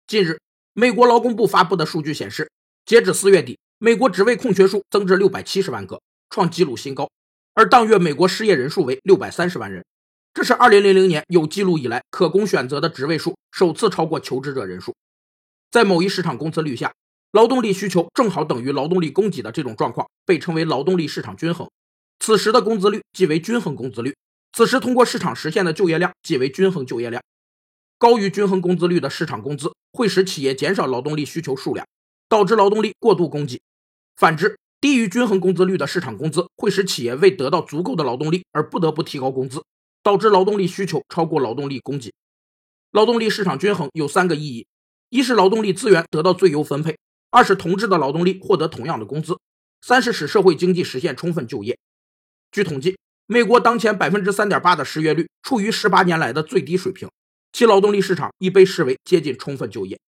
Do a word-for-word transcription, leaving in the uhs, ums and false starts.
近日，美国劳工部发布的数据显示，截止四月底，美国职位空缺数增至六百七十万个，创纪录新高，而当月美国失业人数为六百三十万人，这是二零零零年有记录以来可供选择的职位数首次超过求职者人数。在某一市场工资率下，劳动力需求正好等于劳动力供给的这种状况被称为劳动力市场均衡，此时的工资率即为均衡工资率，此时通过市场实现的就业量即为均衡就业量。高于均衡工资率的市场工资会使企业减少劳动力需求数量，导致劳动力过度供给。反之，低于均衡工资率的市场工资会使企业为得到足够的劳动力而不得不提高工资，导致劳动力需求超过劳动力供给。劳动力市场均衡有三个意义：一是劳动力资源得到最优分配，二是同质的劳动力获得同样的工资，三是使社会经济实现充分就业。据统计，美国当前 百分之三点八 的失业率处于十八年来的最低水平，其劳动力市场已被视为接近充分就业。